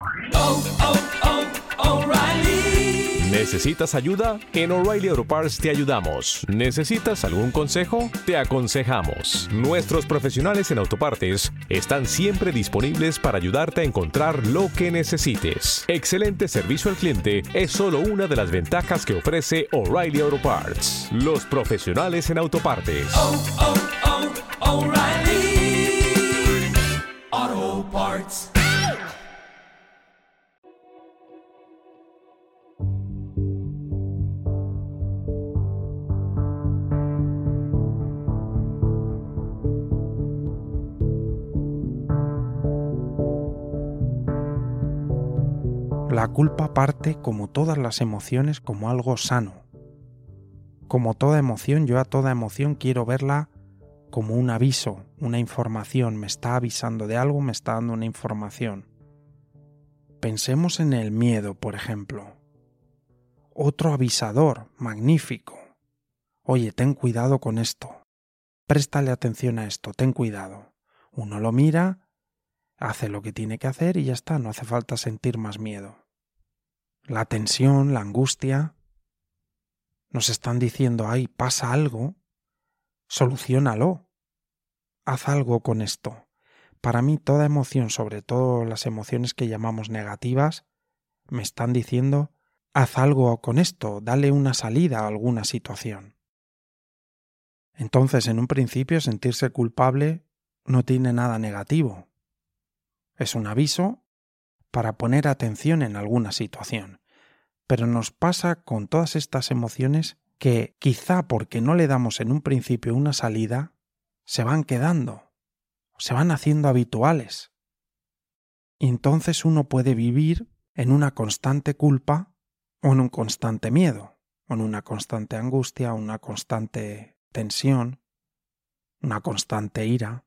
O'Reilly. ¿Necesitas ayuda? En O'Reilly Auto Parts te ayudamos. ¿Necesitas algún consejo? Te aconsejamos. Nuestros profesionales en autopartes están siempre disponibles para ayudarte a encontrar lo que necesites. Excelente servicio al cliente es solo una de las ventajas que ofrece O'Reilly Auto Parts. Los profesionales en autopartes. O'Reilly Auto Parts. La culpa parte, como todas las emociones, como algo sano. Como toda emoción, yo a toda emoción quiero verla como un aviso, una información. Me está avisando de algo, me está dando una información. Pensemos en el miedo, por ejemplo. Otro avisador magnífico. Oye, ten cuidado con esto. Préstale atención a esto, ten cuidado. Uno lo mira, hace lo que tiene que hacer y ya está, no hace falta sentir más miedo. La tensión, la angustia, nos están diciendo, ay, pasa algo, soluciónalo, haz algo con esto. Para mí toda emoción, sobre todo las emociones que llamamos negativas, me están diciendo, haz algo con esto, dale una salida a alguna situación. Entonces, en un principio, sentirse culpable no tiene nada negativo. Es un aviso para poner atención en alguna situación. Pero nos pasa con todas estas emociones que quizá porque no le damos en un principio una salida, se van quedando, se van haciendo habituales. Y entonces uno puede vivir en una constante culpa o en un constante miedo, o en una constante angustia, una constante tensión, una constante ira.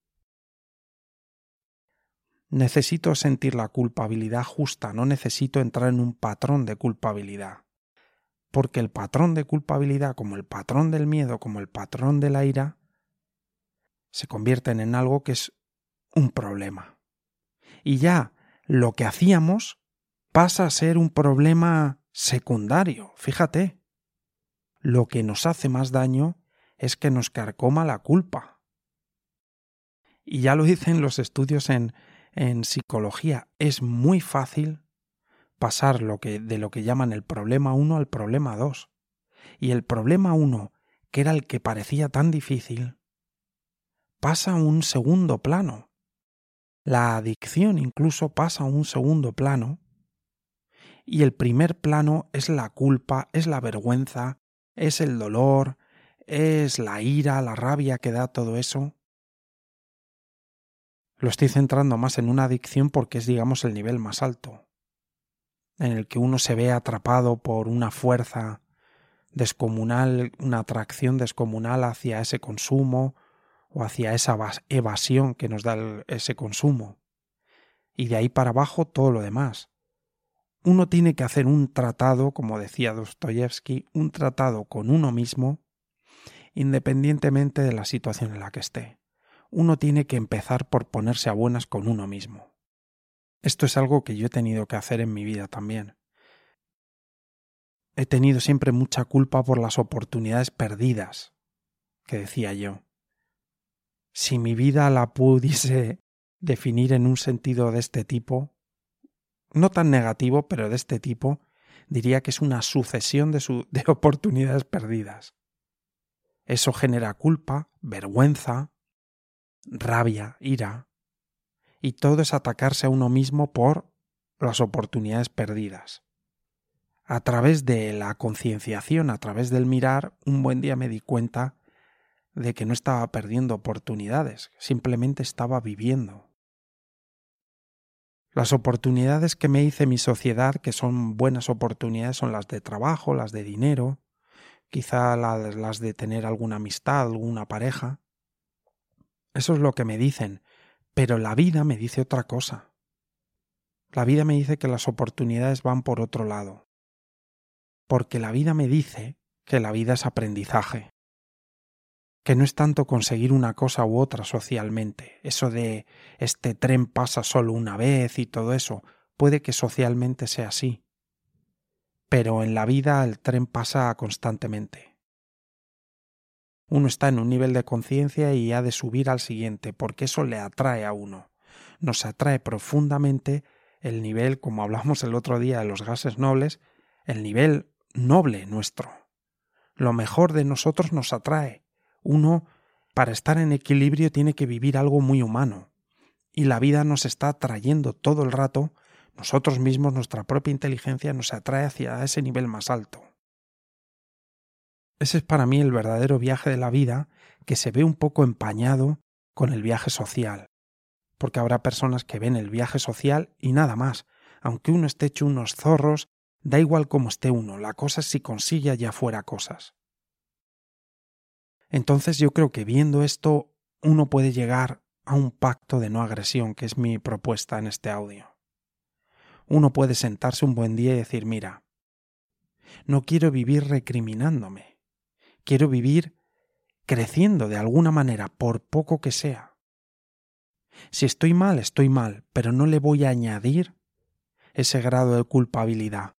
Necesito sentir la culpabilidad justa, no necesito entrar en un patrón de culpabilidad. Porque el patrón de culpabilidad, como el patrón del miedo, como el patrón de la ira, se convierten en algo que es un problema. Y ya lo que hacíamos pasa a ser un problema secundario. Fíjate, lo que nos hace más daño es que nos carcoma la culpa. Y ya lo dicen los estudios en psicología, es muy fácil pasar de lo que llaman el problema 1 al problema 2. Y el problema 1, que era el que parecía tan difícil, pasa a un segundo plano. La adicción incluso pasa a un segundo plano. Y el primer plano es la culpa, es la vergüenza, es el dolor, es la ira, la rabia que da todo eso. Lo estoy centrando más en una adicción porque es, digamos, el nivel más alto, en el que uno se ve atrapado por una fuerza descomunal, una atracción descomunal hacia ese consumo o hacia esa evasión que nos da ese consumo. Y de ahí para abajo todo lo demás. Uno tiene que hacer un tratado, como decía Dostoyevsky, un tratado con uno mismo, independientemente de la situación en la que esté. Uno tiene que empezar por ponerse a buenas con uno mismo. Esto es algo que yo he tenido que hacer en mi vida también. He tenido siempre mucha culpa por las oportunidades perdidas, que decía yo. Si mi vida la pudiese definir en un sentido de este tipo, no tan negativo, pero de este tipo, diría que es una sucesión de oportunidades perdidas. Eso genera culpa, vergüenza, rabia, ira, y todo es atacarse a uno mismo por las oportunidades perdidas. A través de la concienciación, a través del mirar, un buen día me di cuenta de que no estaba perdiendo oportunidades, simplemente estaba viviendo. Las oportunidades que me dice mi sociedad que son buenas oportunidades son las de trabajo, las de dinero, quizá las de tener alguna amistad, alguna pareja. Eso es lo que me dicen, pero la vida me dice otra cosa. La vida me dice que las oportunidades van por otro lado. Porque la vida me dice que la vida es aprendizaje. Que no es tanto conseguir una cosa u otra socialmente. Eso de este tren pasa solo una vez y todo eso. puede que socialmente sea así, pero en la vida el tren pasa constantemente. Uno está en un nivel de conciencia y ha de subir al siguiente, porque eso le atrae a uno. Nos atrae profundamente el nivel, como hablamos el otro día de los gases nobles, el nivel noble nuestro. Lo mejor de nosotros nos atrae. Uno, para estar en equilibrio, tiene que vivir algo muy humano. Y la vida nos está atrayendo todo el rato, nosotros mismos, nuestra propia inteligencia nos atrae hacia ese nivel más alto. Ese es para mí el verdadero viaje de la vida, que se ve un poco empañado con el viaje social. Porque habrá personas que ven el viaje social y nada más. Aunque uno esté hecho unos zorros, da igual cómo esté uno, la cosa es si consigue allá afuera cosas. Entonces yo creo que viendo esto uno puede llegar a un pacto de no agresión, que es mi propuesta en este audio. Uno puede sentarse un buen día y decir, mira, no quiero vivir recriminándome, quiero vivir creciendo de alguna manera, por poco que sea. Si estoy mal, pero no le voy a añadir ese grado de culpabilidad.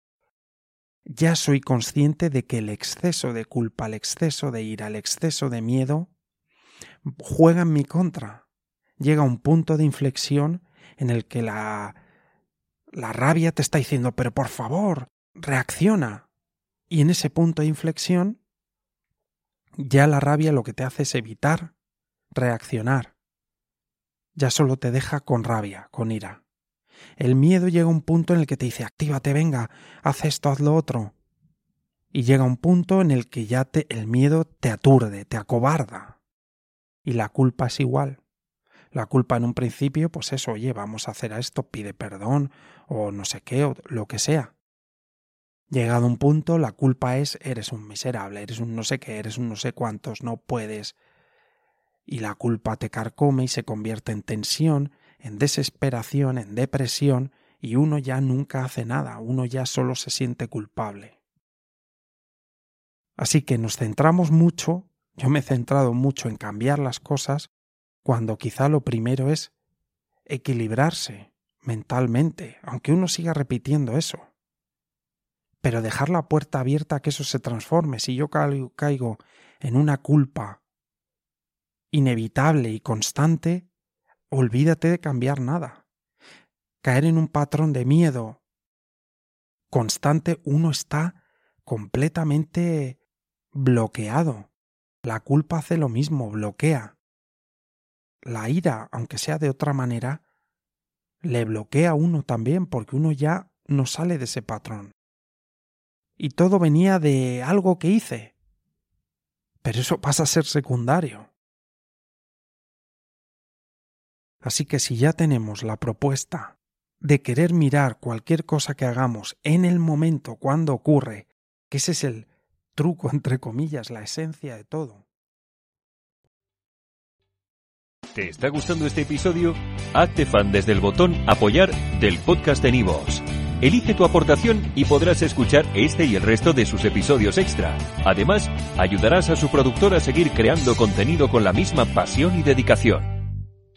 Ya soy consciente de que el exceso de culpa, el exceso de ira, el exceso de miedo juega en mi contra. Llega un punto de inflexión en el que la rabia te está diciendo, pero por favor, reacciona. Y en ese punto de inflexión, ya la rabia lo que te hace es evitar reaccionar. Ya solo te deja con rabia, con ira. El miedo llega a un punto en el que te dice, actívate, venga, haz esto, haz lo otro. Y llega un punto en el que ya el miedo te aturde, te acobarda. Y la culpa es igual. La culpa en un principio, pues eso, oye, vamos a hacer esto, pide perdón, o no sé qué, o lo que sea. Llegado un punto, la culpa es, eres un miserable, eres un no sé qué, eres un no sé cuántos, no puedes. Y la culpa te carcome y se convierte en tensión, en desesperación, en depresión, y uno ya nunca hace nada, uno ya solo se siente culpable. Así que nos centramos mucho, yo me he centrado mucho en cambiar las cosas, cuando quizá lo primero es equilibrarse mentalmente, aunque uno siga repitiendo eso. Pero dejar la puerta abierta a que eso se transforme. Si yo caigo en una culpa inevitable y constante, olvídate de cambiar nada. Caer en un patrón de miedo constante, uno está completamente bloqueado. La culpa hace lo mismo, bloquea. La ira, aunque sea de otra manera, le bloquea a uno también, porque uno ya no sale de ese patrón. Y todo venía de algo que hice. Pero eso pasa a ser secundario. Así que si ya tenemos la propuesta de querer mirar cualquier cosa que hagamos en el momento cuando ocurre, que ese es el truco, entre comillas, la esencia de todo. ¿Te está gustando este episodio? Hazte fan desde el botón Apoyar del podcast de Nivos. Elige tu aportación y podrás escuchar este y el resto de sus episodios extra. Además, ayudarás a su productor a seguir creando contenido con la misma pasión y dedicación.